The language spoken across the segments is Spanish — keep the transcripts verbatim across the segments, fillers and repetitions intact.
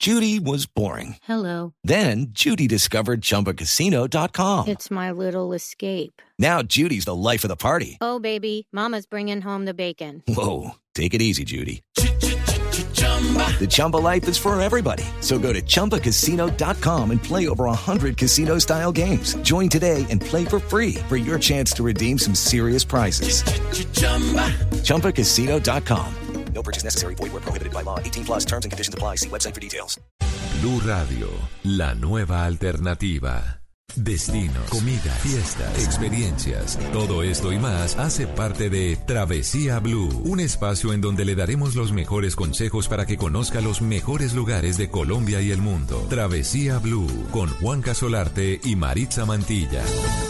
Judy was boring. Hello. Then Judy discovered Chumba Casino dot com. It's my little escape. Now Judy's the life of the party. Oh, baby, mama's bringing home the bacon. Whoa, take it easy, Judy. The Chumba life is for everybody. So go to Chumba Casino dot com and play over one hundred casino-style games. Join today and play for free for your chance to redeem some serious prizes. Chumba Casino dot com. No purchase necessary. Void where prohibited by law. eighteen plus terms and conditions apply. See website for details. Blue Radio, la nueva alternativa. Destinos, comida, fiestas, experiencias, todo esto y más hace parte de Travesía Blue, un espacio en donde le daremos los mejores consejos para que conozca los mejores lugares de Colombia y el mundo. Travesía Blue, con Juanca Solarte y Maritza Mantilla.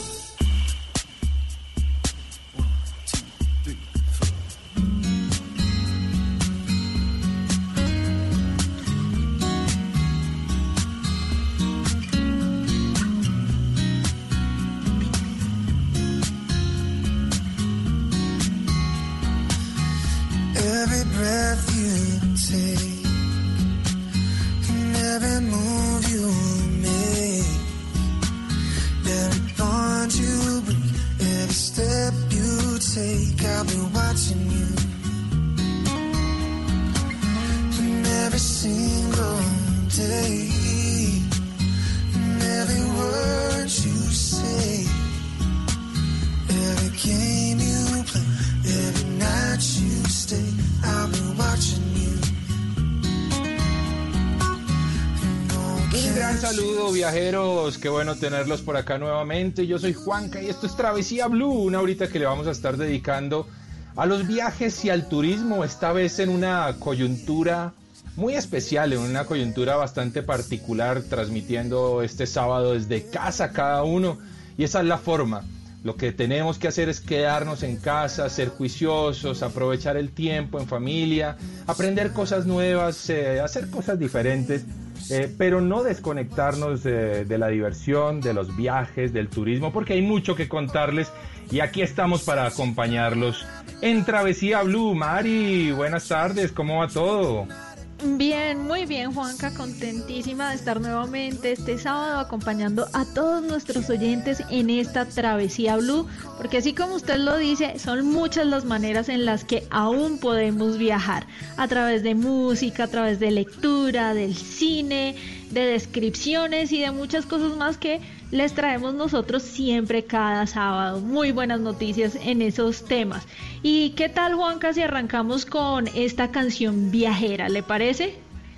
Viajeros, qué bueno tenerlos por acá nuevamente. Yo soy Juanca y esto es Travesía Blue, una horita que le vamos a estar dedicando a los viajes y al turismo, esta vez en una coyuntura muy especial, en una coyuntura bastante particular, transmitiendo este sábado desde casa cada uno, y esa es la forma. Lo que tenemos que hacer es quedarnos en casa, ser juiciosos, aprovechar el tiempo en familia, aprender cosas nuevas, eh, hacer cosas diferentes. Eh, pero no desconectarnos de, de la diversión, de los viajes, del turismo, porque hay mucho que contarles y aquí estamos para acompañarlos en Travesía Blue. Mari, buenas tardes, ¿cómo va todo? Bien, muy bien, Juanca, contentísima de estar nuevamente este sábado acompañando a todos nuestros oyentes en esta Travesía Blue, porque así como usted lo dice, son muchas las maneras en las que aún podemos viajar, a través de música, a través de lectura, del cine, de descripciones y de muchas cosas más que les traemos nosotros siempre cada sábado. Muy buenas noticias en esos temas. ¿Y qué tal, Juanca, si arrancamos con esta canción viajera? ¿Le parece?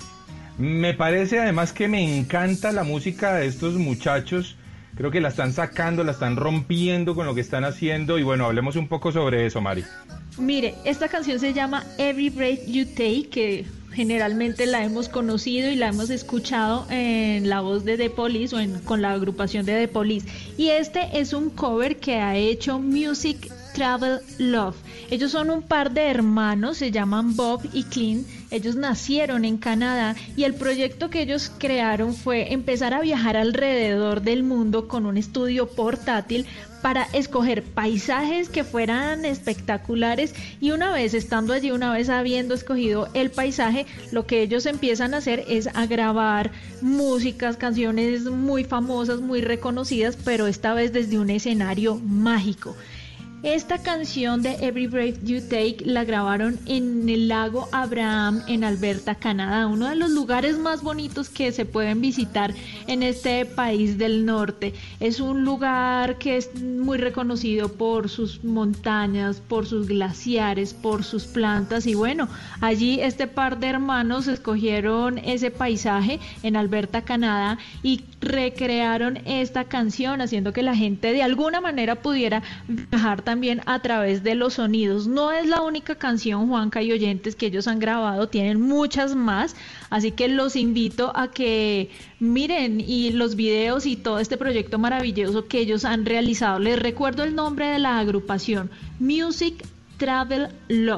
Me parece además que me encanta la música de estos muchachos. Creo que la están sacando, la están rompiendo con lo que están haciendo. Y bueno, hablemos un poco sobre eso, Mari. Mire, esta canción se llama Every Breath You Take, que generalmente la hemos conocido y la hemos escuchado en la voz de The Police o en, con la agrupación de The Police. Y este es un cover que ha hecho Music Travel Love. Ellos son un par de hermanos, se llaman Bob y Clint. Ellos nacieron en Canadá y el proyecto que ellos crearon fue empezar a viajar alrededor del mundo con un estudio portátil para escoger paisajes que fueran espectaculares, y una vez estando allí, una vez habiendo escogido el paisaje, lo que ellos empiezan a hacer es a grabar músicas, canciones muy famosas, muy reconocidas, pero esta vez desde un escenario mágico. Esta canción de Every Breath You Take la grabaron en el lago Abraham en Alberta, Canadá, uno de los lugares más bonitos que se pueden visitar en este país del norte. Es un lugar que es muy reconocido por sus montañas, por sus glaciares, por sus plantas, y bueno, allí este par de hermanos escogieron ese paisaje en Alberta, Canadá, y recrearon esta canción haciendo que la gente de alguna manera pudiera viajar también también a través de los sonidos. No es la única canción, Juanca y oyentes, que ellos han grabado, tienen muchas más, así que los invito a que miren y los videos y todo este proyecto maravilloso que ellos han realizado. Les recuerdo el nombre de la agrupación: Music Travel Love,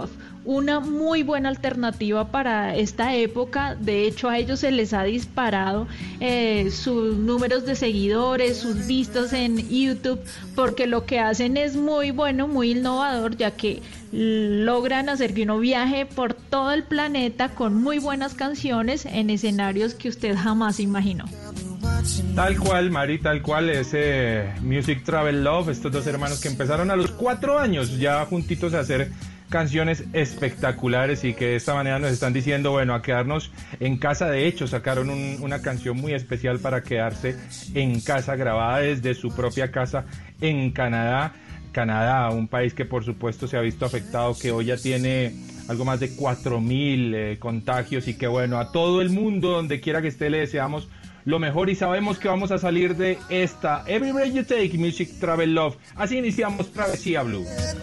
una muy buena alternativa para esta época. De hecho, a ellos se les ha disparado eh, sus números de seguidores, sus vistas en YouTube, porque lo que hacen es muy bueno, muy innovador, ya que logran hacer que uno viaje por todo el planeta con muy buenas canciones en escenarios que usted jamás imaginó. Tal cual, Mari, tal cual, ese Music Travel Love, estos dos hermanos que empezaron a los cuatro años ya juntitos a hacer canciones espectaculares y que de esta manera nos están diciendo, bueno, a quedarnos en casa. De hecho, sacaron un, una canción muy especial para quedarse en casa, grabada desde su propia casa en Canadá. Canadá, un país que por supuesto se ha visto afectado, que hoy ya tiene algo más de cuatro mil eh, contagios, y que bueno, a todo el mundo, donde quiera que esté, le deseamos lo mejor y sabemos que vamos a salir de esta Every Breath You Take, Music Travel Love. Así iniciamos Travesía Blue.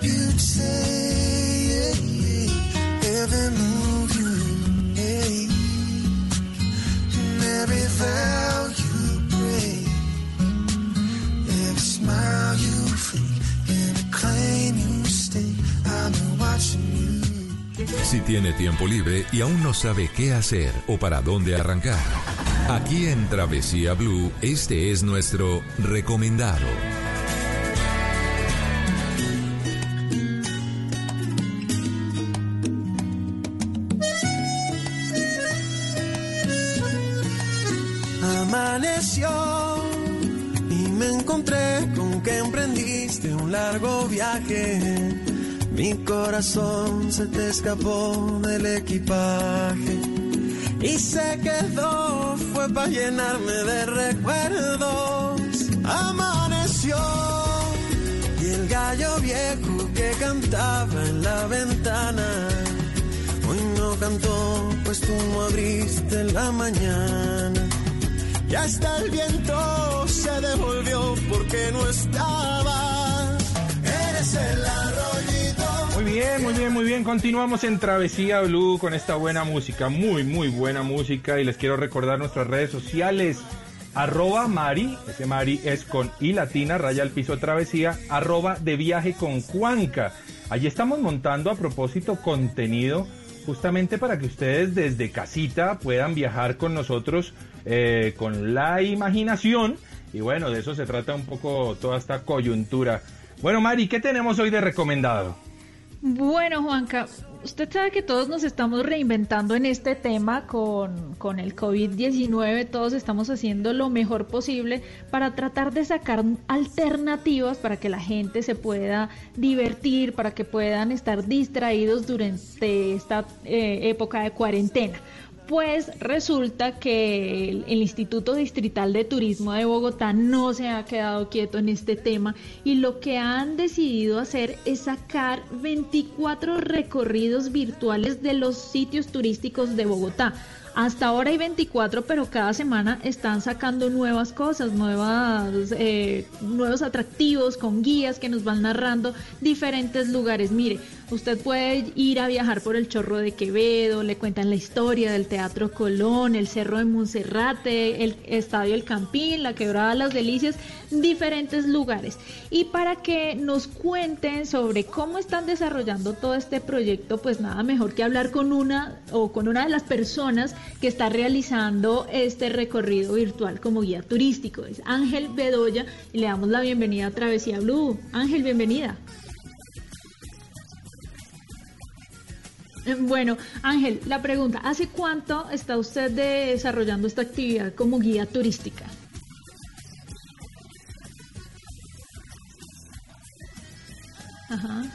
Si tiene tiempo libre y aún no sabe qué hacer o para dónde arrancar, aquí en Travesía Blue, este es nuestro recomendado. Amaneció y me encontré con que emprendiste un largo viaje. Mi corazón se te escapó del equipaje y se quedó, fue para llenarme de recuerdos. Amaneció y el gallo viejo que cantaba en la ventana hoy no cantó, pues tú no abriste la mañana. Y hasta el viento se devolvió porque no estaba. Eres el arroyito. Muy bien, muy bien, muy bien. Continuamos en Travesía Blue con esta buena música, muy, muy buena música. Y les quiero recordar nuestras redes sociales. Arroba Mari, ese Mari es con I latina, raya al piso Travesía, arroba de viaje con Juanca. Allí estamos montando a propósito contenido justamente para que ustedes desde casita puedan viajar con nosotros eh, con la imaginación. Y bueno, de eso se trata un poco toda esta coyuntura. Bueno, Mari, ¿qué tenemos hoy de recomendado? Bueno, Juanca, usted sabe que todos nos estamos reinventando en este tema con, con el COVID diecinueve, todos estamos haciendo lo mejor posible para tratar de sacar alternativas para que la gente se pueda divertir, para que puedan estar distraídos durante esta eh, época de cuarentena. Pues resulta que el, el Instituto Distrital de Turismo de Bogotá no se ha quedado quieto en este tema y lo que han decidido hacer es sacar veinticuatro recorridos virtuales de los sitios turísticos de Bogotá. Hasta ahora hay veinticuatro, pero cada semana están sacando nuevas cosas, nuevas, eh, nuevos atractivos con guías que nos van narrando diferentes lugares. Mire, usted puede ir a viajar por el Chorro de Quevedo, le cuentan la historia del Teatro Colón, el Cerro de Monserrate, el Estadio El Campín, la Quebrada Las Delicias, diferentes lugares. Y para que nos cuenten sobre cómo están desarrollando todo este proyecto, pues nada mejor que hablar con una o con una de las personas que está realizando este recorrido virtual como guía turístico. Es Ángel Bedoya y le damos la bienvenida a Travesía Blue. Ángel, bienvenida. Bueno, Ángel, la pregunta, ¿hace cuánto está usted desarrollando esta actividad como guía turística? Ajá.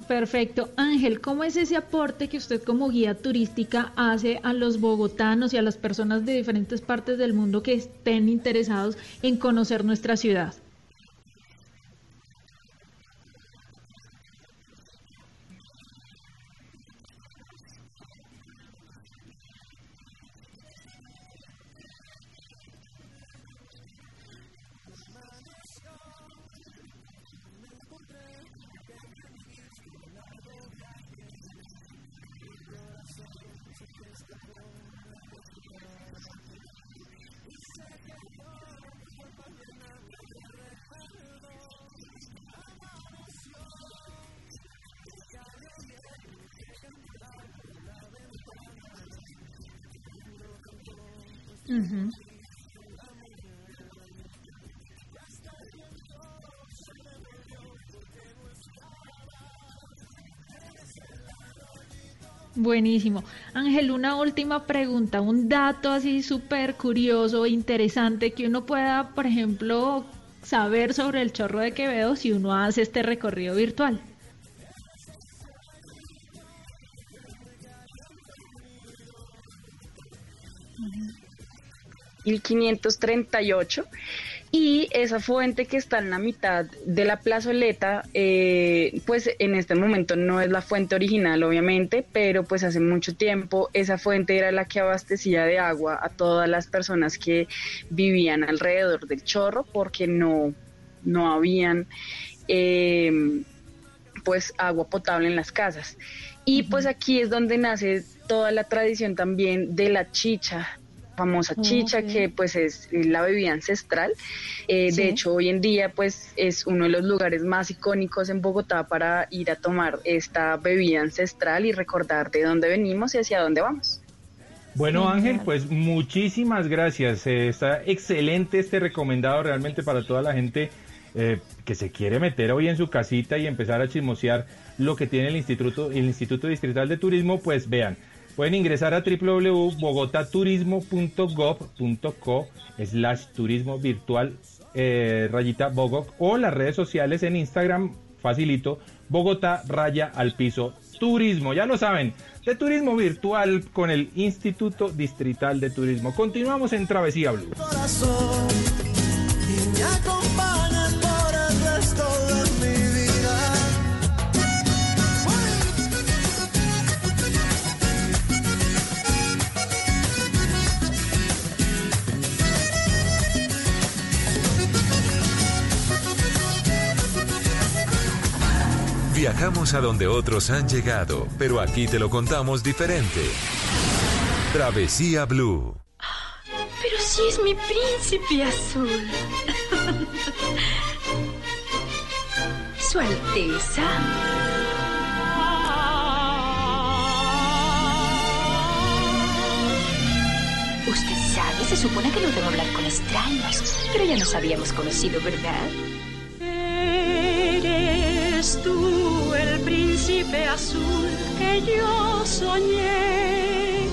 Perfecto. Ángel, ¿cómo es ese aporte que usted como guía turística hace a los bogotanos y a las personas de diferentes partes del mundo que estén interesados en conocer nuestra ciudad? Uh-huh. Buenísimo. Ángel, una última pregunta, un dato así súper curioso, interesante, que uno pueda, por ejemplo, saber sobre el Chorro de Quevedo si uno hace este recorrido virtual. mil quinientos treinta y ocho, y esa fuente que está en la mitad de la plazoleta, eh, pues en este momento no es la fuente original obviamente, pero pues hace mucho tiempo esa fuente era la que abastecía de agua a todas las personas que vivían alrededor del Chorro, porque no, no habían eh, pues agua potable en las casas. Y uh-huh. pues aquí es donde nace toda la tradición también de la chicha, famosa chicha, okay. que pues es la bebida ancestral. Eh, ¿Sí? De hecho, hoy en día pues es uno de los lugares más icónicos en Bogotá para ir a tomar esta bebida ancestral y recordar de dónde venimos y hacia dónde vamos. Bueno, Ángel, pues muchísimas gracias. Eh, está excelente este recomendado realmente para toda la gente eh, que se quiere meter hoy en su casita y empezar a chismosear lo que tiene el Instituto, el Instituto Distrital de Turismo. Pues vean, pueden ingresar a w w w punto bogotaturismo punto gov punto co slash turismo virtual eh, rayita Bogotá, o las redes sociales en Instagram, facilito, Bogotá raya al piso turismo. Ya lo saben, de turismo virtual con el Instituto Distrital de Turismo. Continuamos en Travesía Blue. Corazón, y me acompañas por el resto de mi vida. Viajamos a donde otros han llegado, pero aquí te lo contamos diferente. Travesía Blue. Pero si es mi príncipe azul. Su Alteza. Usted sabe, se supone que no debo hablar con extraños, pero ya nos habíamos conocido, ¿verdad? Eres tú el príncipe azul que yo soñé.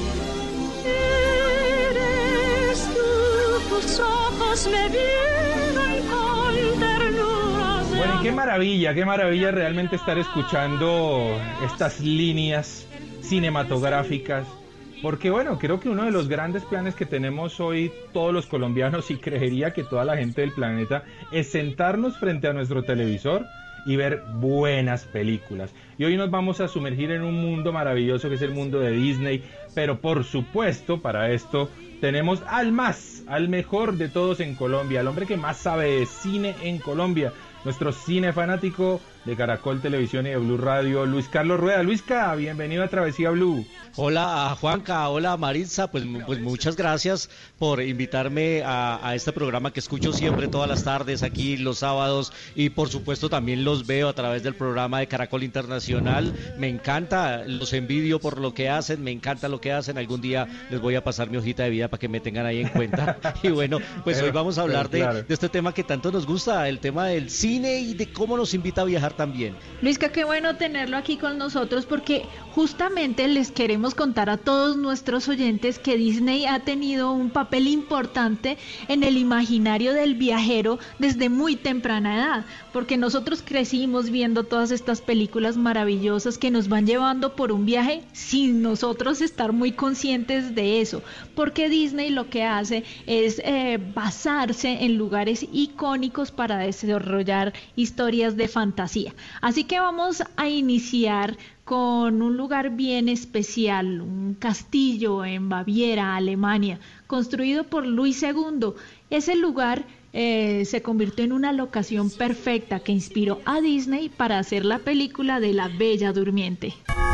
Eres tú, tus ojos me vieron con ternura. Bueno, y qué maravilla, qué maravilla realmente estar escuchando estas líneas cinematográficas. Porque bueno, creo que uno de los grandes planes que tenemos hoy todos los colombianos, y creería que toda la gente del planeta, es sentarnos frente a nuestro televisor y ver buenas películas. Y hoy nos vamos a sumergir en un mundo maravilloso que es el mundo de Disney, pero por supuesto para esto tenemos al más, al mejor de todos en Colombia, al hombre que más sabe de cine en Colombia, nuestro cine fanático de Caracol Televisión y de Blue Radio, Luis Carlos Rueda. Luisca, bienvenido a Travesía Blue. Hola Juanca, hola Maritza, pues, pues muchas gracias por invitarme a, a este programa que escucho siempre todas las tardes aquí los sábados, y por supuesto también los veo a través del programa de Caracol Internacional. Me encanta, los envidio por lo que hacen, me encanta lo que hacen. Algún día les voy a pasar mi hojita de vida para que me tengan ahí en cuenta. Y bueno, pues pero, hoy vamos a hablar de, claro. de este tema que tanto nos gusta, el tema del cine y de cómo nos invita a viajar viajar también. Luisca, qué bueno tenerlo aquí con nosotros porque justamente les queremos contar a todos nuestros oyentes que Disney ha tenido un papel importante en el imaginario del viajero desde muy temprana edad, porque nosotros crecimos viendo todas estas películas maravillosas que nos van llevando por un viaje sin nosotros estar muy conscientes de eso, porque Disney lo que hace es eh, basarse en lugares icónicos para desarrollar historias de fantasía. Así que vamos a iniciar con un lugar bien especial, un castillo en Baviera, Alemania, construido por Luis segundo. Ese lugar eh, se convirtió en una locación perfecta que inspiró a Disney para hacer la película de La Bella Durmiente.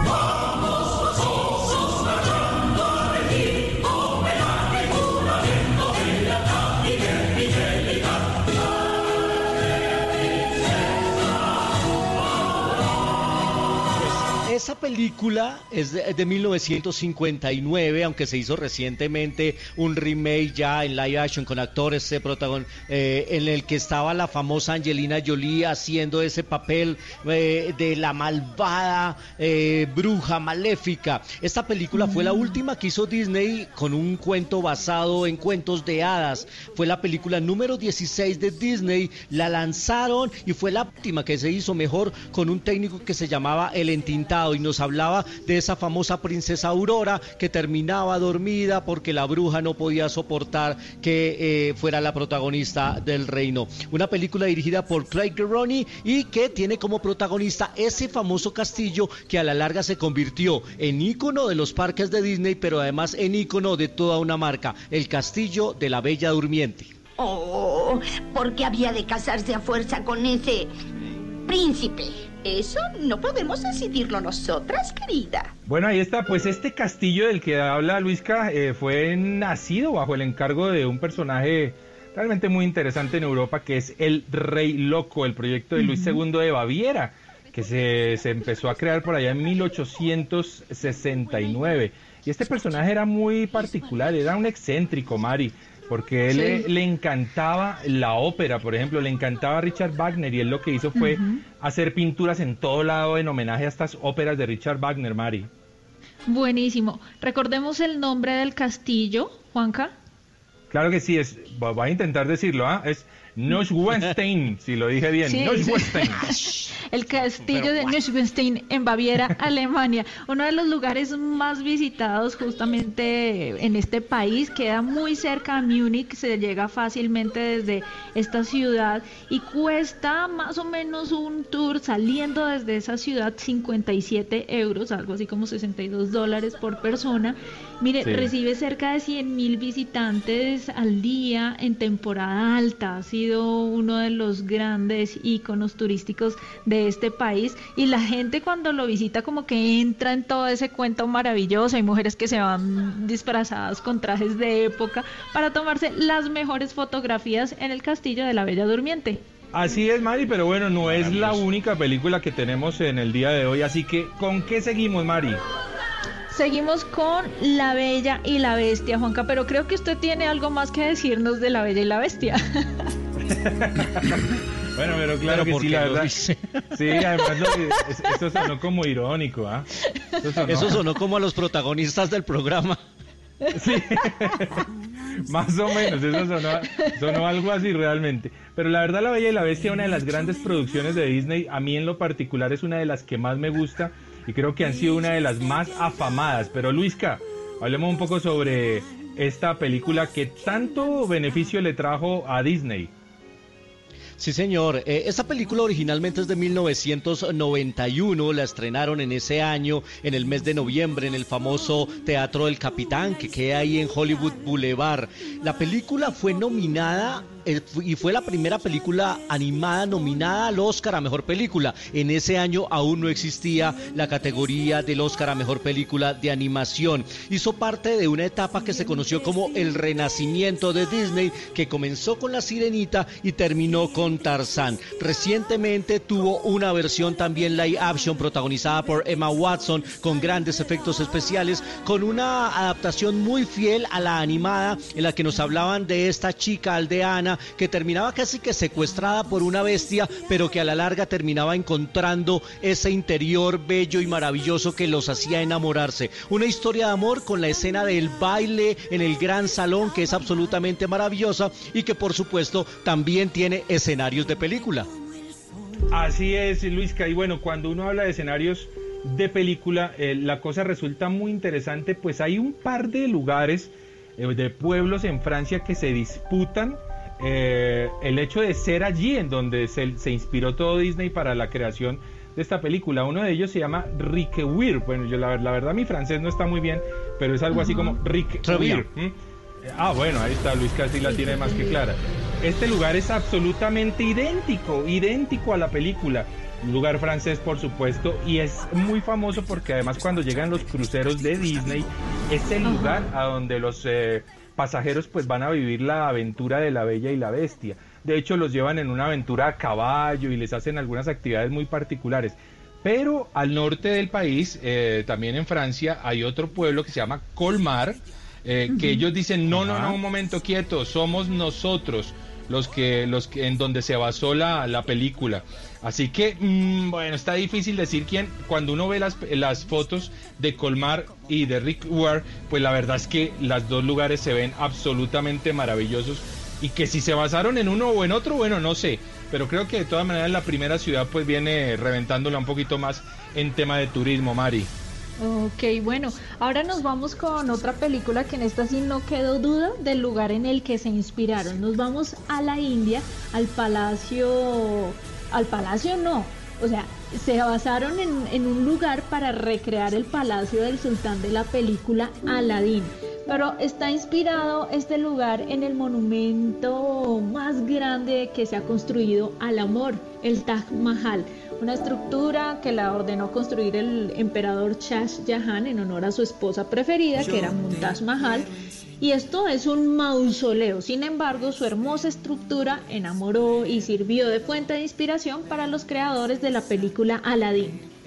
Esa película es de, de mil novecientos cincuenta y nueve, aunque se hizo recientemente un remake ya en live action con actores de protagon, eh, en el que estaba la famosa Angelina Jolie haciendo ese papel eh, de la malvada eh, bruja maléfica. Esta película fue la última que hizo Disney con un cuento basado en cuentos de hadas. Fue la película número dieciséis de Disney, la lanzaron y fue la última que se hizo mejor con un técnico que se llamaba El Entintado, y nos hablaba de esa famosa princesa Aurora que terminaba dormida porque la bruja no podía soportar que eh, fuera la protagonista del reino. Una película dirigida por Craig Geroni y que tiene como protagonista ese famoso castillo que a la larga se convirtió en ícono de los parques de Disney, pero además en ícono de toda una marca, el castillo de la Bella Durmiente. Oh, ¿por qué había de casarse a fuerza con ese príncipe? Eso no podemos decidirlo nosotras, querida. Bueno, ahí está, pues este castillo del que habla Luisca eh, fue nacido bajo el encargo de un personaje realmente muy interesante en Europa, que es el Rey Loco, el proyecto de Luis segundo de Baviera, que se, se empezó a crear por allá en mil ochocientos sesenta y nueve. Y este personaje era muy particular, era un excéntrico, Mari, porque él sí. le, le encantaba la ópera, por ejemplo, le encantaba Richard Wagner, y él lo que hizo fue uh-huh. hacer pinturas en todo lado en homenaje a estas óperas de Richard Wagner, Mari. Buenísimo. Recordemos el nombre del castillo, Juanca. Claro que sí, es, voy a intentar decirlo, ¿ah? ¿eh? Es Neuschwanstein, si lo dije bien, sí, Neuschwanstein. El castillo Pero, de Neuschwanstein en Baviera, Alemania, uno de los lugares más visitados justamente en este país, queda muy cerca a Múnich, se llega fácilmente desde esta ciudad y cuesta más o menos un tour saliendo desde esa ciudad cincuenta y siete euros, algo así como sesenta y dos dólares por persona. Mire, sí. recibe cerca de cien mil visitantes al día en temporada alta, ha sido uno de los grandes íconos turísticos de este país y la gente cuando lo visita como que entra en todo ese cuento maravilloso. Hay mujeres que se van disfrazadas con trajes de época para tomarse las mejores fotografías en el castillo de la Bella Durmiente. Así es, Mari, pero bueno, no es la única película que tenemos en el día de hoy, así que ¿con qué seguimos, Mari? Seguimos con La Bella y la Bestia, Juanca, pero creo que usted tiene algo más que decirnos de La Bella y la Bestia. Bueno, pero claro pero que sí, la verdad. Sí, además lo, eso sonó como irónico, ¿ah? ¿eh? Eso, sonó... eso sonó como a los protagonistas del programa. Sí, más o menos, eso sonó, sonó algo así realmente. Pero la verdad, La Bella y la Bestia, una de las grandes producciones de Disney, a mí en lo particular es una de las que más me gusta y creo que han sido una de las más afamadas. Pero Luisca, hablemos un poco sobre esta película que tanto beneficio le trajo a Disney. Sí, señor. Eh, esta película originalmente es de mil novecientos noventa y uno, la estrenaron en ese año, en el mes de noviembre, en el famoso Teatro del Capitán, que queda ahí en Hollywood Boulevard. La película fue nominada eh, y fue la primera película animada nominada al Oscar a Mejor Película. En ese año aún no existía la categoría del Oscar a Mejor Película de Animación. Hizo parte de una etapa que se conoció como el renacimiento de Disney, que comenzó con La Sirenita y terminó con Tarzán. Recientemente tuvo una versión también live action protagonizada por Emma Watson con grandes efectos especiales, con una adaptación muy fiel a la animada en la que nos hablaban de esta chica aldeana niña que terminaba casi que secuestrada por una bestia, pero que a la larga terminaba encontrando ese interior bello y maravilloso que los hacía enamorarse. Una historia de amor con la escena del baile en el gran salón, que es absolutamente maravillosa y que por supuesto también tiene escenarios de película. Así es, Luisca, y bueno, cuando uno habla de escenarios de película, eh, la cosa resulta muy interesante, pues hay un par de lugares, eh, de pueblos en Francia que se disputan eh, el hecho de ser allí en donde se, se inspiró todo Disney para la creación de esta película. Uno de ellos se llama Riquewihr. Bueno, yo la, la verdad mi francés no está muy bien, pero es algo uh-huh. así como Riquewihr. ¿Mm? Ah, bueno, ahí está, Luis casi la tiene más que clara. Este lugar es absolutamente idéntico, idéntico a la película. Un lugar francés, por supuesto, y es muy famoso porque además cuando llegan los cruceros de Disney, es el lugar a donde los eh, pasajeros pues van a vivir la aventura de la Bella y la Bestia. De hecho, los llevan en una aventura a caballo y les hacen algunas actividades muy particulares. Pero al norte del país, eh, también en Francia, hay otro pueblo que se llama Colmar, eh, uh-huh. que ellos dicen, no, no, no, un momento quieto, somos nosotros los que, los que, en donde se basó la, la película. Así que, mmm, bueno, está difícil decir quién, cuando uno ve las, las fotos de Colmar y de Riquewihr, pues la verdad es que los dos lugares se ven absolutamente maravillosos, y que si se basaron en uno o en otro, bueno, no sé, pero creo que de todas maneras la primera ciudad pues viene reventándola un poquito más en tema de turismo, Mari. Ok, bueno, ahora nos vamos con otra película que en esta sí no quedó duda del lugar en el que se inspiraron. Nos vamos a la India, al palacio, al palacio no, o sea, se basaron en, en un lugar para recrear el palacio del sultán de la película Aladín. Pero está inspirado este lugar en el monumento más grande que se ha construido al amor, el Taj Mahal, una estructura que la ordenó construir el emperador Shah Jahan en honor a su esposa preferida, que era Mumtaz Mahal, y esto es un mausoleo. Sin embargo, su hermosa estructura enamoró y sirvió de fuente de inspiración para los creadores de la película Aladín.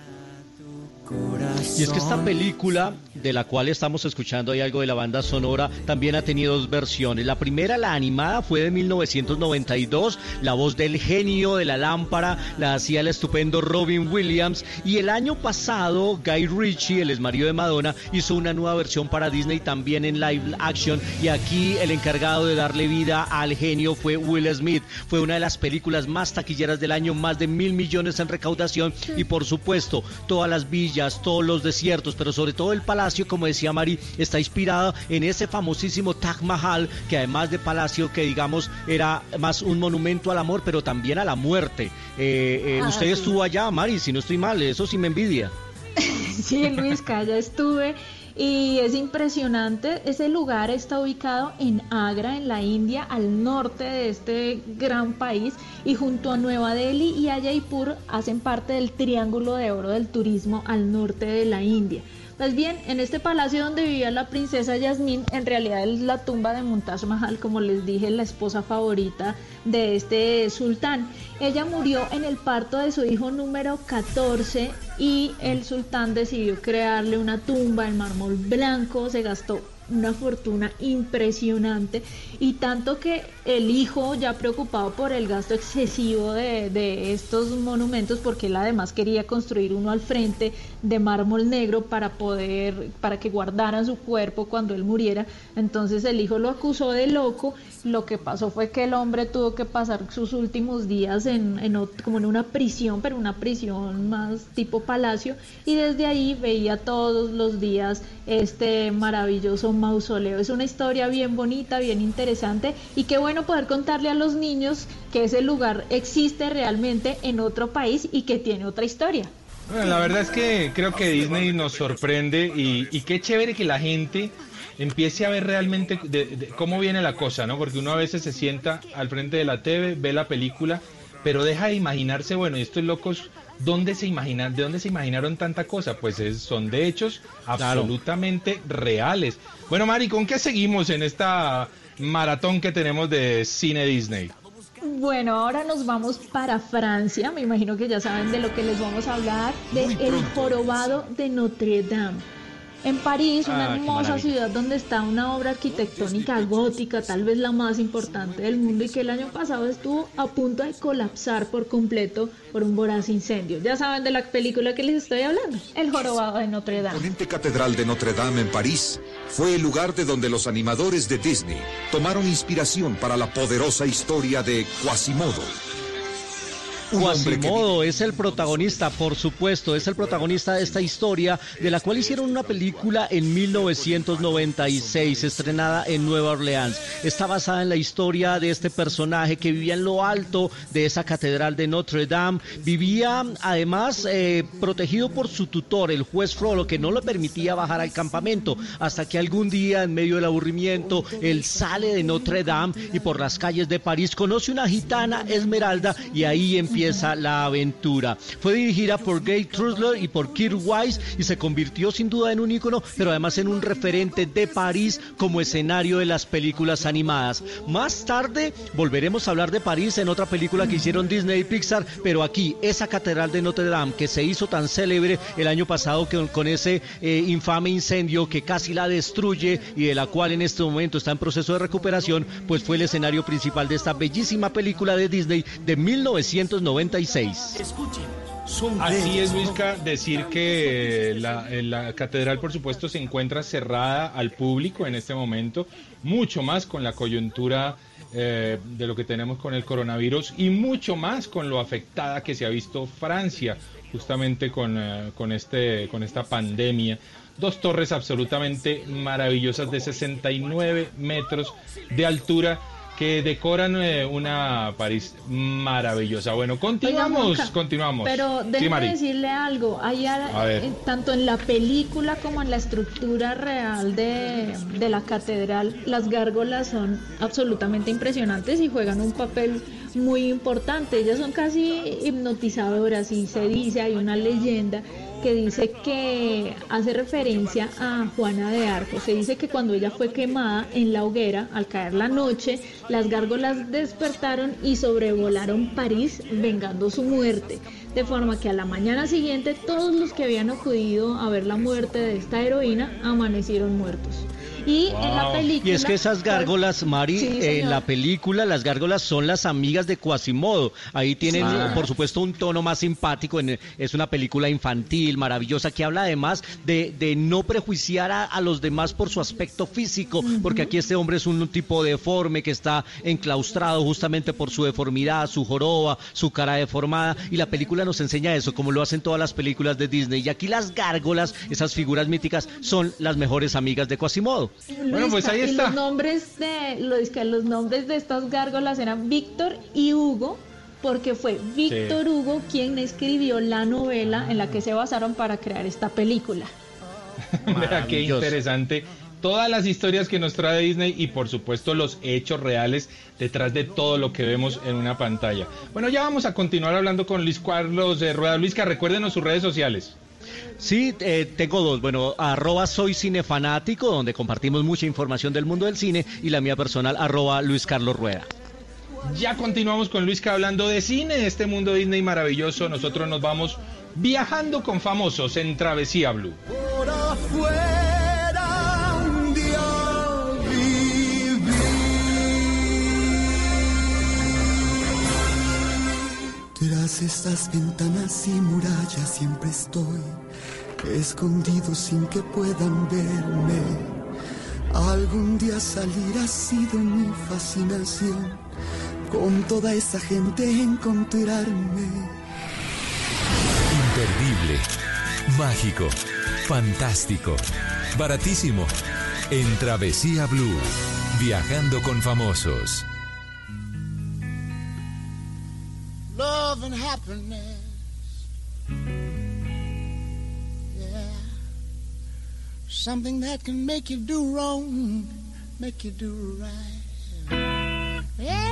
Y es que esta película, de la cual estamos escuchando ahí algo de la banda sonora, también ha tenido dos versiones. La primera, la animada, fue de mil novecientos noventa y dos, la voz del genio de la lámpara la hacía el estupendo Robin Williams, y el año pasado Guy Ritchie, el exmarido de Madonna, hizo una nueva versión para Disney también en live action, y aquí el encargado de darle vida al genio fue Will Smith. Fue una de las películas más taquilleras del año, más de mil millones en recaudación, y por supuesto todas las villas, todos los desiertos, pero sobre todo el palacio, como decía Mari, está inspirado en ese famosísimo Taj Mahal, que además de palacio, que digamos era más un monumento al amor, pero también a la muerte. Eh, eh, ah, usted sí. estuvo allá, Mari, si no estoy mal, eso sí me envidia. Sí, Luis, que allá estuve. Y es impresionante, ese lugar está ubicado en Agra, en la India, al norte de este gran país, y junto a Nueva Delhi y a Jaipur hacen parte del Triángulo de Oro del turismo al norte de la India. Pues bien, en este palacio donde vivía la princesa Yasmín, en realidad es la tumba de Mumtaz Mahal, como les dije, la esposa favorita de este sultán. Ella murió en el parto de su hijo número catorce, y el sultán decidió crearle una tumba en mármol blanco. Se gastó una fortuna impresionante, y tanto que el hijo, ya preocupado por el gasto excesivo de, de estos monumentos, porque él además quería construir uno al frente de mármol negro para poder, para que guardaran su cuerpo cuando él muriera, entonces el hijo lo acusó de loco. Lo que pasó fue que el hombre tuvo que pasar sus últimos días en, en como en una prisión, pero una prisión más tipo palacio, y desde ahí veía todos los días este maravilloso mausoleo. Es una historia bien bonita, bien interesante, y qué bueno poder contarle a los niños que ese lugar existe realmente en otro país y que tiene otra historia. Bueno, la verdad es que creo que Disney nos sorprende, y, y qué chévere que la gente empiece a ver realmente de, de cómo viene la cosa, ¿no? Porque uno a veces se sienta al frente de la T V, ve la película, pero deja de imaginarse, bueno, y estos locos, ¿dónde se imaginan, de dónde se imaginaron tanta cosa? Pues es, son de hechos absolutamente claro. reales. Bueno, Mari, ¿con qué seguimos en esta maratón que tenemos de cine Disney? Bueno, ahora nos vamos para Francia. Me imagino que ya saben de lo que les vamos a hablar, de El Jorobado de Notre Dame. en París, una Ah, qué hermosa maravilla. ciudad donde está una obra arquitectónica gótica, tal vez la más importante del mundo, y que el año pasado estuvo a punto de colapsar por completo por un voraz incendio. Ya saben de la película que les estoy hablando, El jorobado de Notre La Dame. imponente catedral de Notre Dame en París fue el lugar de donde los animadores de Disney tomaron inspiración para la poderosa historia de Quasimodo. Un hombre que Quasimodo es el protagonista, por supuesto, es el protagonista de esta historia, de la cual hicieron una película en mil novecientos noventa y seis, estrenada en Nueva Orleans. Está basada en la historia de este personaje que vivía en lo alto de esa catedral de Notre Dame. Vivía, además, eh, protegido por su tutor, el juez Frollo, que no le permitía bajar al campamento, hasta que algún día, en medio del aburrimiento, él sale de Notre Dame y por las calles de París conoce una gitana, Esmeralda, y ahí empieza empieza la aventura. Fue dirigida por Gay Trusler y por Kirk Wise y se convirtió sin duda en un ícono, pero además en un referente de París como escenario de las películas animadas. Más tarde volveremos a hablar de París en otra película que hicieron Disney y Pixar, pero aquí, esa catedral de Notre Dame que se hizo tan célebre el año pasado con, con ese eh, infame incendio que casi la destruye y de la cual en este momento está en proceso de recuperación, pues fue el escenario principal de esta bellísima película de Disney de mil novecientos noventa y seis. Así es, Luisca, decir que la, la catedral, por supuesto, se encuentra cerrada al público en este momento, mucho más con la coyuntura eh, de lo que tenemos con el coronavirus y mucho más con lo afectada que se ha visto Francia, justamente con, eh, con, este, con esta pandemia. Dos torres absolutamente maravillosas de sesenta y nueve metros de altura que decoran eh, una París maravillosa. Bueno, continuamos, Oiga, Juanca, continuamos. Pero Sí, déjeme Mari. decirle algo, hay a- A ver. eh, tanto en la película como en la estructura real de, de la catedral, las gárgolas son absolutamente impresionantes y juegan un papel muy importante. Ellas son casi hipnotizadoras y se dice, hay una leyenda que dice que hace referencia a Juana de Arco. Se dice que cuando ella fue quemada en la hoguera, al caer la noche, las gárgolas despertaron y sobrevolaron París vengando su muerte. De forma que a la mañana siguiente todos los que habían acudido a ver la muerte de esta heroína amanecieron muertos. Y en la película... Y es que esas gárgolas, Mari, Sí, en señor. la película, las gárgolas son las amigas de Quasimodo. Ahí tienen, Sí. por supuesto, un tono más simpático. En- es una película infantil, maravillosa, que habla además de, de no prejuiciar a, a los demás por su aspecto físico, porque aquí este hombre es un tipo deforme que está enclaustrado justamente por su deformidad, su joroba, su cara deformada, y la película nos enseña eso, como lo hacen todas las películas de Disney. Y aquí las gárgolas, esas figuras míticas, son las mejores amigas de Quasimodo. Bueno, pues ahí y está. los nombres de los que los nombres de estas gárgolas eran Víctor y Hugo, porque fue Víctor Sí. Hugo quien escribió la novela en la que se basaron para crear esta película. Vea qué Maravilloso. interesante. Todas las historias que nos trae Disney y por supuesto los hechos reales detrás de todo lo que vemos en una pantalla. Bueno, ya vamos a continuar hablando con Luis Carlos de Rueda. Luisca, recuérdenos sus redes sociales. Sí, eh, tengo dos. Bueno, arroba soy cinefanático, donde compartimos mucha información del mundo del cine, y la mía personal, arroba Luis Carlos Rueda. Ya continuamos con Luisca hablando de cine, este mundo Disney maravilloso. Nosotros nos vamos viajando con famosos en Travesía Blue. Por afuera un día viví. Tras estas ventanas y murallas siempre estoy escondido sin que puedan verme. Algún día salir ha sido mi fascinación. Con toda esa gente encontrarme. Imperdible, mágico, fantástico, baratísimo. En Travesía Blue, viajando con famosos. Love and happiness. Yeah. Something that can make you do wrong, make you do right. Yeah.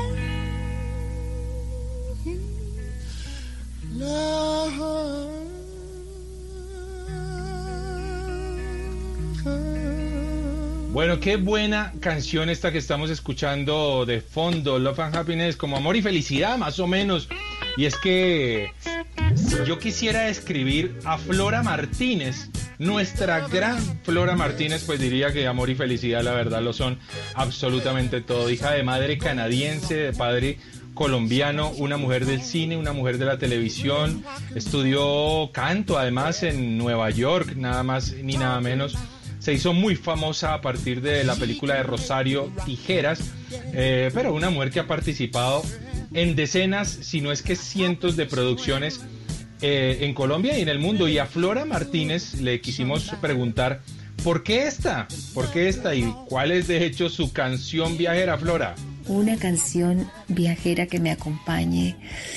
Love. Bueno, qué buena canción esta que estamos escuchando de fondo, Love and Happiness, como amor y felicidad, más o menos. Y es que si yo quisiera describir a Flora Martínez, Nuestra gran Flora Martínez, pues diría que amor y felicidad, la verdad, lo son absolutamente todo. Hija de madre canadiense, de padre colombiano, una mujer del cine, una mujer de la televisión, estudió canto además en Nueva York, nada más ni nada menos. Se hizo muy famosa a partir de la película de Rosario Tijeras, eh, pero una mujer que ha participado en decenas, si no es que cientos de producciones eh, en Colombia y en el mundo. Y a Flora Martínez le quisimos preguntar, ¿por qué esta? ¿Por qué esta? ¿Y cuál es de hecho su canción viajera, Flora? Una canción viajera que me acompañe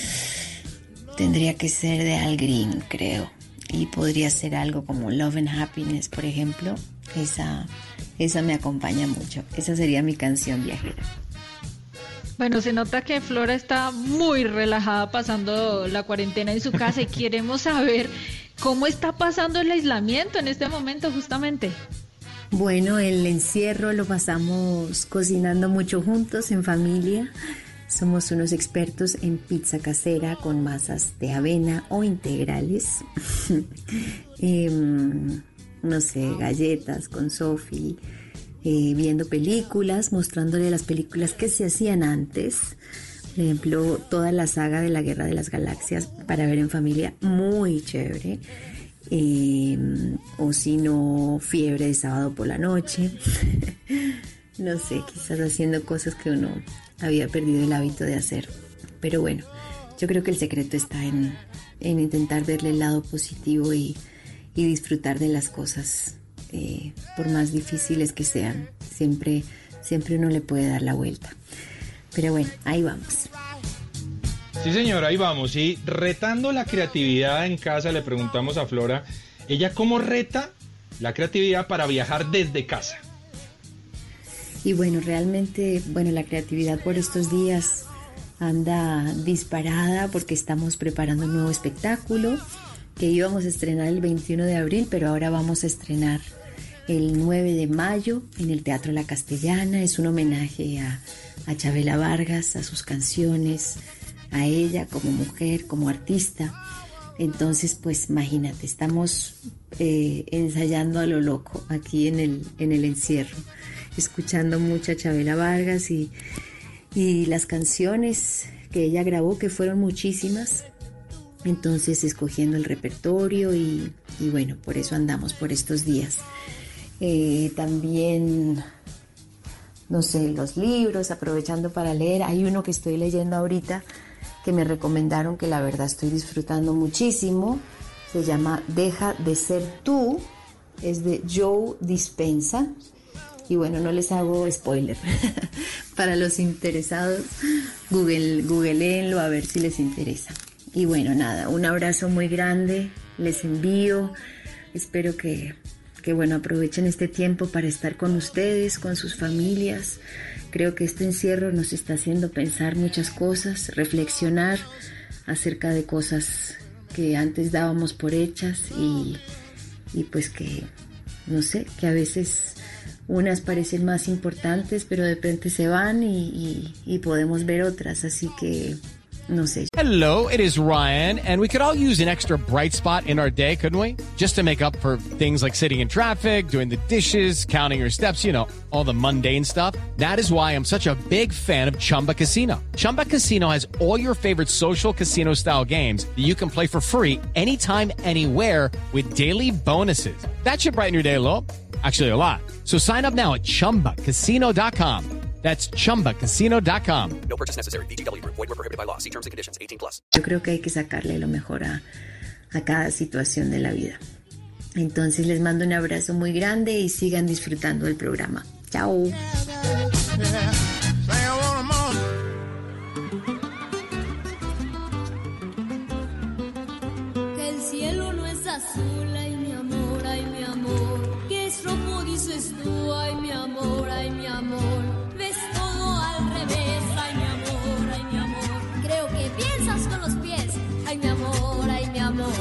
tendría que ser de Al Green, creo. Y podría ser algo como Love and Happiness, por ejemplo. Esa, esa me acompaña mucho. Esa sería mi canción viajera. Bueno, se nota que Flora está muy relajada pasando la cuarentena en su casa y queremos saber cómo está pasando el aislamiento en este momento justamente. Bueno, el encierro lo pasamos cocinando mucho juntos en familia. Somos unos expertos en pizza casera con masas de avena o integrales. eh, no sé, galletas con Sofi. Eh, viendo películas, mostrándole las películas que se hacían antes. Por ejemplo, toda la saga de la Guerra de las Galaxias para ver en familia, muy chévere. Eh, o si no, Fiebre de sábado por la noche. No sé, quizás haciendo cosas que uno había perdido el hábito de hacer. Pero bueno, yo creo que el secreto está en, en intentar verle el lado positivo y, y disfrutar de las cosas. Eh, por más difíciles que sean, siempre, siempre uno le puede dar la vuelta. Pero bueno, ahí vamos. Sí, señora, ahí vamos. Y retando la creatividad en casa, le preguntamos a Flora, ¿ella cómo reta la creatividad para viajar desde casa? Y bueno, realmente, bueno, la creatividad por estos días anda disparada porque estamos preparando un nuevo espectáculo que íbamos a estrenar el veintiuno de abril, pero ahora vamos a estrenar el nueve de mayo en el Teatro La Castellana. Es un homenaje a, a Chavela Vargas, a sus canciones, a ella como mujer, como artista. Entonces, pues imagínate, estamos eh, ensayando a lo loco aquí en el, en el encierro, escuchando mucho a Chavela Vargas y, y las canciones que ella grabó, que fueron muchísimas. Entonces, escogiendo el repertorio y, y bueno, por eso andamos por estos días. Eh, también, no sé, los libros, aprovechando para leer. Hay uno que estoy leyendo ahorita que me recomendaron, que la verdad estoy disfrutando muchísimo. Se llama Deja de ser tú, es de Joe Dispenza. Y bueno, no les hago spoiler. Para los interesados, Google, googleenlo a ver si les interesa. Y bueno, nada, un abrazo muy grande, les envío. Espero que, que bueno, aprovechen este tiempo para estar con ustedes, con sus familias. Creo que este encierro nos está haciendo pensar muchas cosas, reflexionar acerca de cosas que antes dábamos por hechas y, y pues que, no sé, que a veces unas parecen más importantes, pero de repente se van y, y, y podemos ver otras, así que no sé. Hello, it is Ryan, and we could all use an extra bright spot in our day, couldn't we? Just to make up for things like sitting in traffic, doing the dishes, counting your steps, you know, all the mundane stuff. That is why I'm such a big fan of Chumba Casino. Chumba Casino has all your favorite social casino-style games that you can play for free anytime, anywhere with daily bonuses. That should brighten your day a little. Actually, a lot. So sign up now at chumba casino dot com. That's chumba casino dot com. No purchase necessary. V G W Group. Void where prohibited by law. See terms and conditions. eighteen plus. Yo creo que hay que sacarle lo mejor a, a cada situación de la vida. Entonces les mando un abrazo muy grande y sigan disfrutando del programa. Chao. El cielo no es azul, ay mi amor, ay mi amor. Que es rojo dices tú, ay mi amor, ay mi amor. Ves todo al revés, ay mi amor, ay mi amor. Creo que piensas con los pies, ay mi amor, ay mi amor.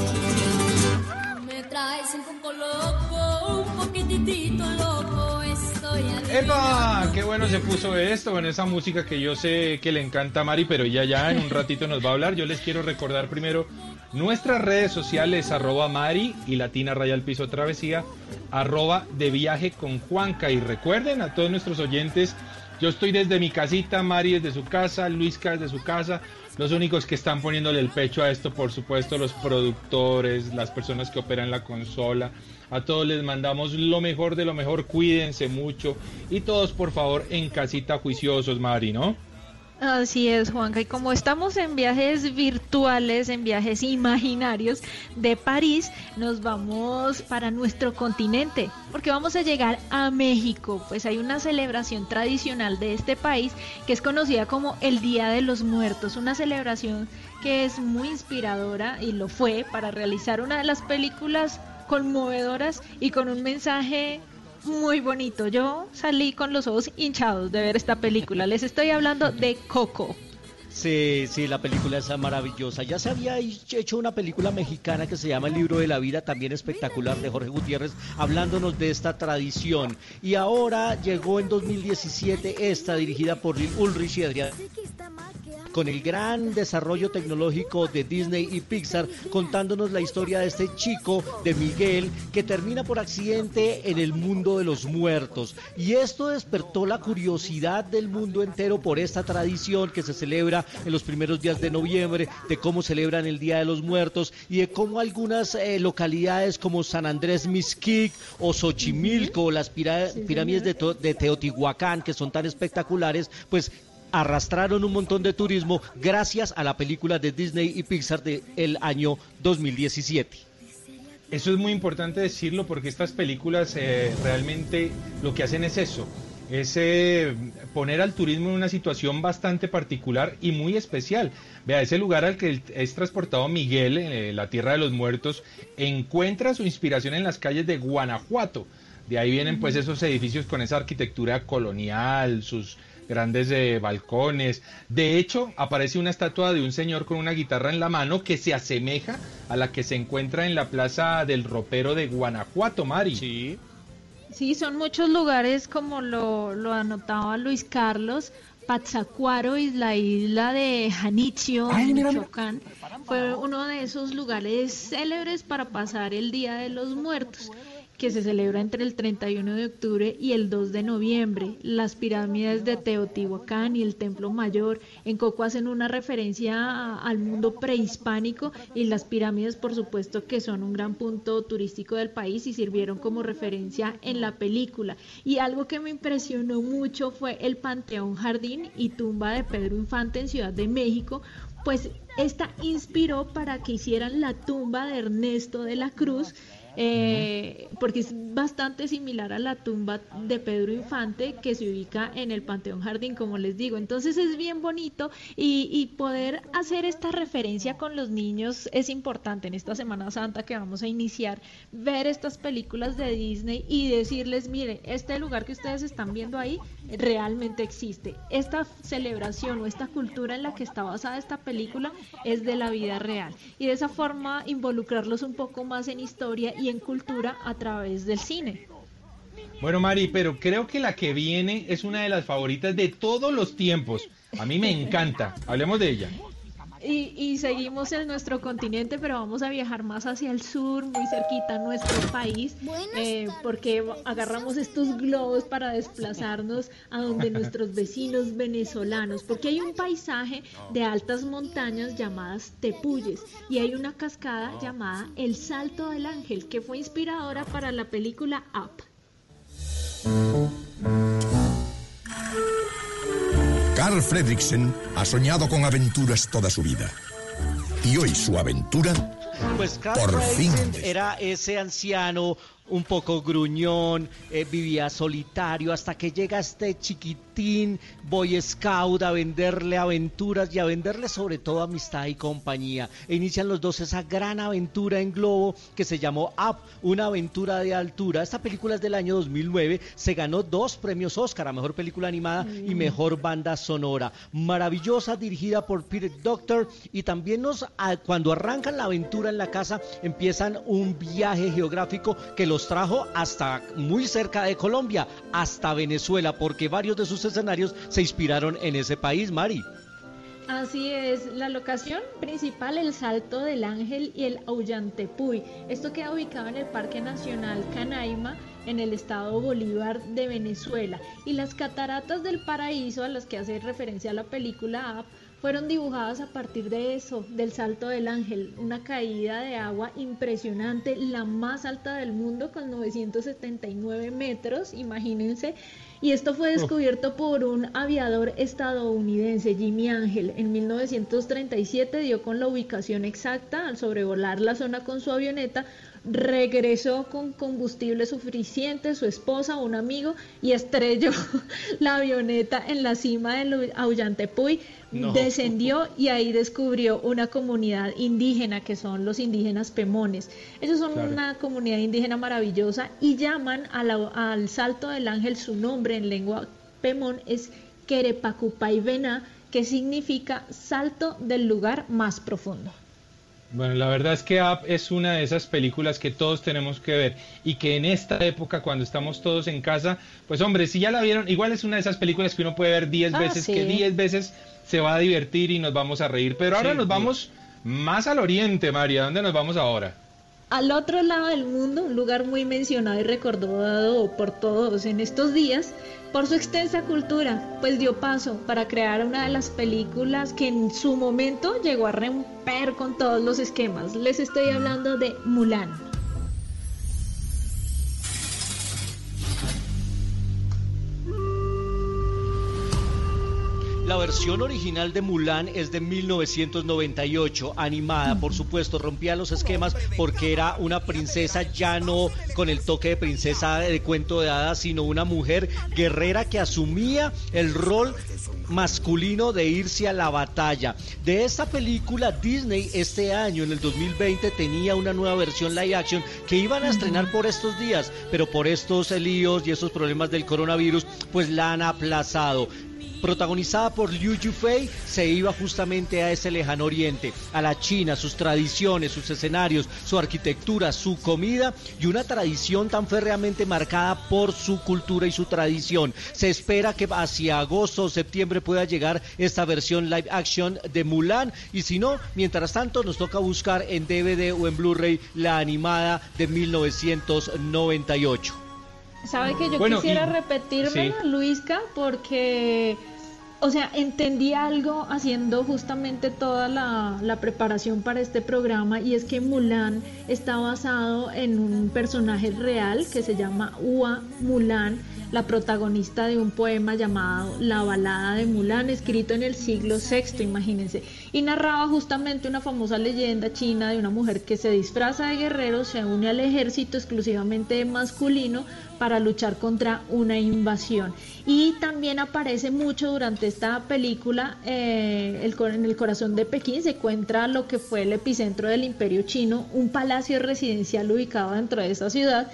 Me traes un poco loco, un poquitito loco, estoy al ¡Epa! ¡Qué bueno se puso esto! Bueno, esa música que yo sé que le encanta a Mari, pero ella ya en un ratito nos va a hablar. Yo les quiero recordar primero nuestras redes sociales, arroba Mari y Latina Raya al Piso Travesía, arroba de viaje con Juanca. Y recuerden a todos nuestros oyentes, yo estoy desde mi casita, Mari desde su casa, Luisca desde su casa. Los únicos que están poniéndole el pecho a esto, por supuesto, los productores, las personas que operan la consola. A todos les mandamos lo mejor de lo mejor, cuídense mucho y todos, por favor, en casita juiciosos, Mari, ¿no? Así es, Juanca, y como estamos en viajes virtuales, en viajes imaginarios de París, nos vamos para nuestro continente, porque vamos a llegar a México. Pues hay una celebración tradicional de este país que es conocida como el Día de los Muertos, una celebración que es muy inspiradora y lo fue para realizar una de las películas conmovedoras y con un mensaje muy bonito. Yo salí con los ojos hinchados de ver esta película. Les estoy hablando de Coco. Sí, sí, la película es maravillosa. Ya se había hecho una película mexicana que se llama El Libro de la Vida, también espectacular, de Jorge Gutiérrez, hablándonos de esta tradición. Y ahora llegó en dos mil diecisiete esta, dirigida por Ulrich y Adrián, con el gran desarrollo tecnológico de Disney y Pixar, contándonos la historia de este chico, de Miguel, que termina por accidente en el mundo de los muertos. Y esto despertó la curiosidad del mundo entero por esta tradición que se celebra en los primeros días de noviembre, de cómo celebran el Día de los Muertos y de cómo algunas eh, localidades como San Andrés Mixquic o Xochimilco, o las pira- sí, pirámides de, de Teotihuacán, que son tan espectaculares, pues arrastraron un montón de turismo gracias a la película de Disney y Pixar del año dos mil diecisiete. Eso es muy importante decirlo porque estas películas eh, realmente lo que hacen es eso, es eh, poner al turismo en una situación bastante particular y muy especial. Vea, ese lugar al que es transportado Miguel, eh, la Tierra de los Muertos, encuentra su inspiración en las calles de Guanajuato. De ahí vienen pues esos edificios con esa arquitectura colonial, sus grandes eh, balcones. De hecho, aparece una estatua de un señor con una guitarra en la mano que se asemeja a la que se encuentra en la Plaza del Ropero de Guanajuato, Mari. Sí. Sí, son muchos lugares como lo, lo anotaba Luis Carlos. Pátzcuaro y la isla de Janitzio, en Michoacán, fue uno de esos lugares célebres para pasar el Día de los Muertos, que se celebra entre el treinta y uno de octubre y el dos de noviembre. Las pirámides de Teotihuacán y el Templo Mayor en Coco hacen una referencia a, al mundo prehispánico, y las pirámides, por supuesto, que son un gran punto turístico del país y sirvieron como referencia en la película. Y algo que me impresionó mucho fue el Panteón Jardín y tumba de Pedro Infante en Ciudad de México, pues esta inspiró para que hicieran la tumba de Ernesto de la Cruz, Eh, porque es bastante similar a la tumba de Pedro Infante que se ubica en el Panteón Jardín, como les digo. Entonces es bien bonito y, y poder hacer esta referencia con los niños es importante en esta Semana Santa que vamos a iniciar, ver estas películas de Disney y decirles, miren, este lugar que ustedes están viendo ahí realmente existe. Esta celebración o esta cultura en la que está basada esta película es de la vida real, y de esa forma involucrarlos un poco más en historia y en cultura a través del cine. Bueno, Mari, pero creo que la que viene es una de las favoritas de todos los tiempos. A mí me encanta. Hablemos de ella. Y, y seguimos en nuestro continente, pero vamos a viajar más hacia el sur, muy cerquita a nuestro país, eh, porque agarramos estos globos para desplazarnos a donde nuestros vecinos venezolanos, porque hay un paisaje de altas montañas llamadas Tepuyes, y hay una cascada llamada El Salto del Ángel, que fue inspiradora para la película Up. Carl Fredricksen ha soñado con aventuras toda su vida. Y hoy su aventura, pues Carl por fin, era ese anciano un poco gruñón, eh, vivía solitario, hasta que llega este chiquitín Boy Scout a venderle aventuras y a venderle sobre todo amistad y compañía. E inician los dos esa gran aventura en globo que se llamó Up, una aventura de altura. Esta película es del año dos mil nueve, se ganó dos premios Oscar a Mejor Película Animada mm. y Mejor Banda Sonora. Maravillosa, dirigida por Peter Docter, y también nos, a, cuando arrancan la aventura en la casa, empiezan un viaje geográfico que los los trajo hasta muy cerca de Colombia, hasta Venezuela, porque varios de sus escenarios se inspiraron en ese país, Mari. Así es, la locación principal, el Salto del Ángel y el Aullantepui. Esto queda ubicado en el Parque Nacional Canaima, en el estado Bolívar de Venezuela. Y las cataratas del Paraíso, a las que hace referencia a la película Up, fueron dibujadas a partir de eso, del Salto del Ángel, una caída de agua impresionante, la más alta del mundo con novecientos setenta y nueve metros, imagínense. Y esto fue descubierto por un aviador estadounidense, Jimmy Ángel. En mil novecientos treinta y siete dio con la ubicación exacta al sobrevolar la zona con su avioneta, regresó con combustible suficiente, su esposa, un amigo, y estrelló la avioneta en la cima del Aullantepui. No. Descendió y ahí descubrió una comunidad indígena que son los indígenas Pemones. Ellos son claro. una comunidad indígena maravillosa y llaman a la, al Salto del Ángel, su nombre en lengua Pemón es Querepacupayvená, que significa salto del lugar más profundo. Bueno, la verdad es que Up es una de esas películas que todos tenemos que ver y que en esta época, cuando estamos todos en casa, pues hombre, si ya la vieron, igual es una de esas películas que uno puede ver diez ah, veces, sí. que diez veces se va a divertir y nos vamos a reír. Pero ahora sí, nos vamos más al oriente, María. ¿Dónde nos vamos ahora? Al otro lado del mundo, un lugar muy mencionado y recordado por todos en estos días, por su extensa cultura, pues dio paso para crear una de las películas que en su momento llegó a romper con todos los esquemas. Les estoy hablando de Mulan. La versión original de Mulan es de mil novecientos noventa y ocho, animada, por supuesto, rompía los esquemas porque era una princesa ya no con el toque de princesa de cuento de hadas, sino una mujer guerrera que asumía el rol masculino de irse a la batalla. De esta película, Disney este año, en el dos mil veinte, tenía una nueva versión live action que iban a estrenar por estos días, pero por estos líos y estos problemas del coronavirus, pues la han aplazado. Protagonizada por Liu Yufei, se iba justamente a ese lejano oriente, a la China, sus tradiciones, sus escenarios, su arquitectura, su comida y una tradición tan férreamente marcada por su cultura y su tradición. Se espera que hacia agosto o septiembre pueda llegar esta versión live action de Mulan, y si no, mientras tanto nos toca buscar en D V D o en Blu-ray la animada de mil novecientos noventa y ocho. ¿Sabe que yo bueno, quisiera y... repetirme, sí. Luisca? Porque, o sea, entendí algo haciendo justamente toda la, la preparación para este programa, y es que Mulan está basado en un personaje real que se llama Hua Mulan, la protagonista de un poema llamado La balada de Mulan, escrito en el siglo sexto, imagínense, y narraba justamente una famosa leyenda china de una mujer que se disfraza de guerrero, se une al ejército exclusivamente masculino para luchar contra una invasión. Y también aparece mucho durante esta película, eh, el, en el corazón de Pekín se encuentra lo que fue el epicentro del Imperio Chino, un palacio residencial ubicado dentro de esa ciudad,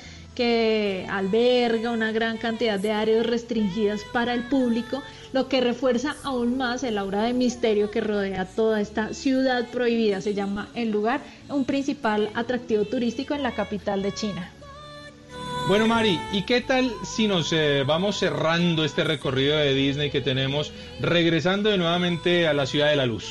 que alberga una gran cantidad de áreas restringidas para el público, lo que refuerza aún más el aura de misterio que rodea toda esta ciudad prohibida. Se llama el lugar, un principal atractivo turístico en la capital de China. Bueno, Mari, ¿y qué tal si nos eh, vamos cerrando este recorrido de Disney que tenemos, regresando de nuevamente a la Ciudad de la Luz?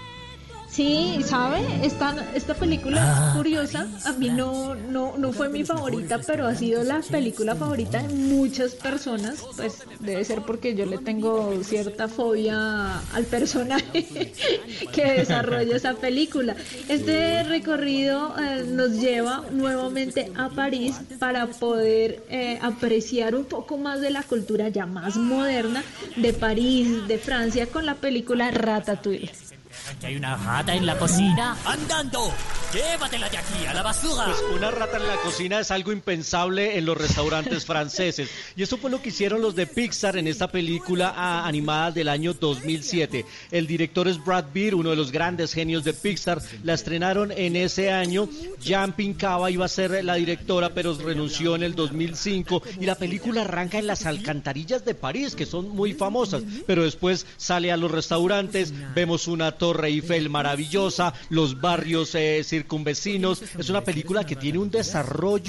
Sí, ¿sabe? Esta, esta película ah, es curiosa, a mí no, no, no fue mi favorita, pero ha sido la película favorita de muchas personas, pues debe ser porque yo le tengo cierta fobia al personaje que desarrolla esa película. Este recorrido eh, nos lleva nuevamente a París para poder eh, apreciar un poco más de la cultura ya más moderna de París, de Francia, con la película Ratatouille. Que hay una rata en la cocina. ¡Andando! ¡Llévatela de aquí, a la basura! Pues una rata en la cocina es algo impensable en los restaurantes franceses. Y eso fue lo que hicieron los de Pixar en esta película animada del año dos mil siete. El director es Brad Bird, uno de los grandes genios de Pixar. La estrenaron en ese año. Jan Pinkava iba a ser la directora, pero renunció en el dos mil cinco. Y la película arranca en las alcantarillas de París, que son muy famosas. Pero después sale a los restaurantes, vemos una Torre Eiffel maravillosa, los barrios eh, circunvecinos. Es una película que tiene un desarrollo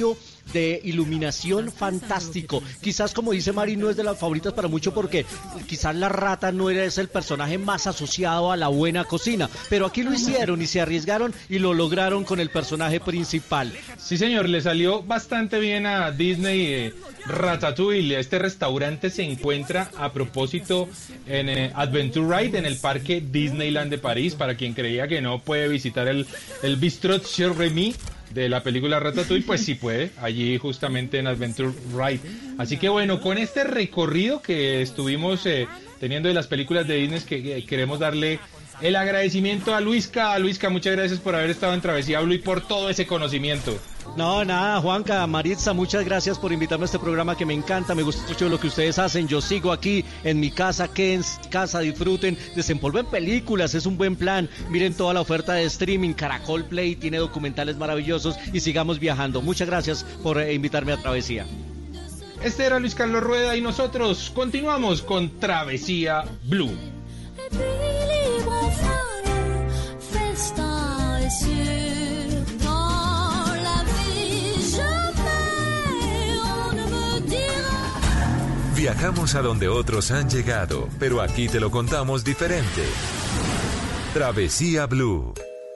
de iluminación fantástico. Quizás, como dice Mari, no es de las favoritas para mucho porque quizás la rata no era es el personaje más asociado a la buena cocina, pero aquí lo hicieron y se arriesgaron y lo lograron con el personaje principal. Sí, señor, le salió bastante bien a Disney eh, Ratatouille. Este restaurante se encuentra a propósito en eh, Adventure Ride, en el parque Disneyland de París. Para quien creía que no puede visitar el, el Bistrot Sur Remy de la película Ratatouille, pues sí puede, allí justamente en Adventure Ride. Así que bueno, con este recorrido que estuvimos eh, teniendo de las películas de Disney, que, que queremos darle el agradecimiento a Luisca. A Luisca, muchas gracias por haber estado en Travesía Blue y por todo ese conocimiento. No, nada, Juanca, Maritza, muchas gracias por invitarme a este programa que me encanta, me gusta mucho lo que ustedes hacen, yo sigo aquí en mi casa, que en casa disfruten, desempolven películas, es un buen plan, miren toda la oferta de streaming, Caracol Play tiene documentales maravillosos y sigamos viajando. Muchas gracias por eh, invitarme a Travesía. Este era Luis Carlos Rueda y nosotros continuamos con Travesía Blue. Viajamos a donde otros han llegado, pero aquí te lo contamos diferente. Travesía Blue.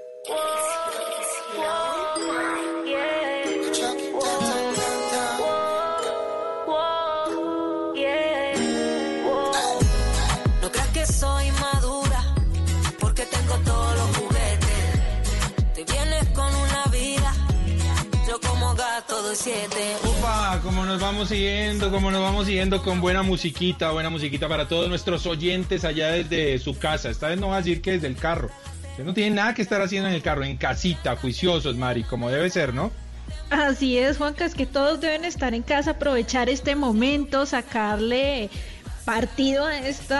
No creas que soy madura, porque tengo todos los juguetes. Te vienes con una vida, yo como gato de siete. Opa, como nos vamos siguiendo, como nos vamos siguiendo con buena musiquita, buena musiquita para todos nuestros oyentes allá desde su casa. Esta vez no va a decir que desde el carro. Usted no tiene nada que estar haciendo en el carro, en casita, juiciosos, Mari, como debe ser, ¿no? Así es, Juanca, es que todos deben estar en casa, aprovechar este momento, sacarle partido a este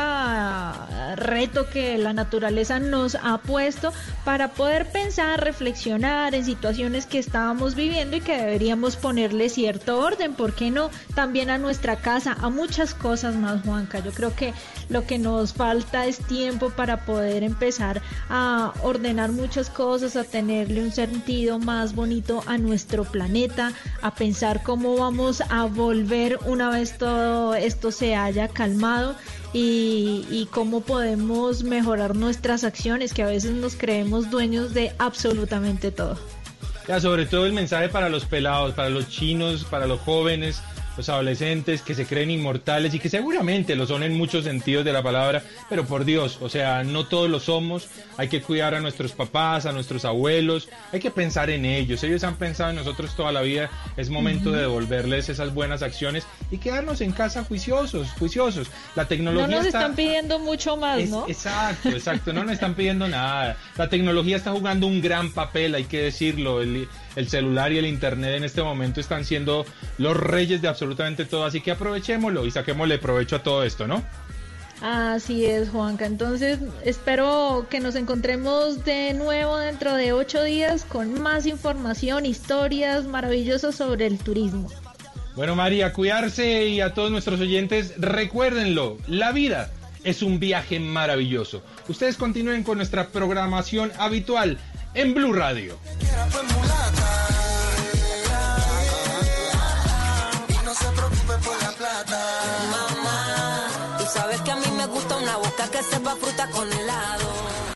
reto que la naturaleza nos ha puesto para poder pensar, reflexionar en situaciones que estábamos viviendo y que deberíamos ponerle cierto orden, ¿por qué no? También a nuestra casa, a muchas cosas más, Juanca. Yo creo que lo que nos falta es tiempo para poder empezar a ordenar muchas cosas, a tenerle un sentido más bonito a nuestro planeta, a pensar cómo vamos a volver una vez todo esto se haya calmado y, y cómo podemos mejorar nuestras acciones, que a veces nos creemos dueños de absolutamente todo. Ya, sobre todo el mensaje para los pelados, para los chinos, para los jóvenes, los adolescentes que se creen inmortales y que seguramente lo son en muchos sentidos de la palabra, pero por Dios, o sea, no todos lo somos. Hay que cuidar a nuestros papás, a nuestros abuelos, hay que pensar en ellos, ellos han pensado en nosotros toda la vida, es momento uh-huh. de devolverles esas buenas acciones y quedarnos en casa juiciosos, juiciosos. La tecnología no nos está... están pidiendo mucho más, es, ¿no? Exacto, exacto, no nos están pidiendo nada. La tecnología está jugando un gran papel, hay que decirlo. El, el celular y el internet en este momento están siendo los reyes de absolutamente todo, así que aprovechémoslo y saquémosle provecho a todo esto, ¿no? Así es, Juanca. Entonces espero que nos encontremos de nuevo dentro de ocho días con más información, historias maravillosas sobre el turismo. Bueno, María, cuidarse, y a todos nuestros oyentes, recuérdenlo, la vida es un viaje maravilloso. Ustedes continúen con nuestra programación habitual en Blue Radio. No se preocupe por la plata. Mamá, tú sabes que a mí me gusta una boca que sepa fruta con helado.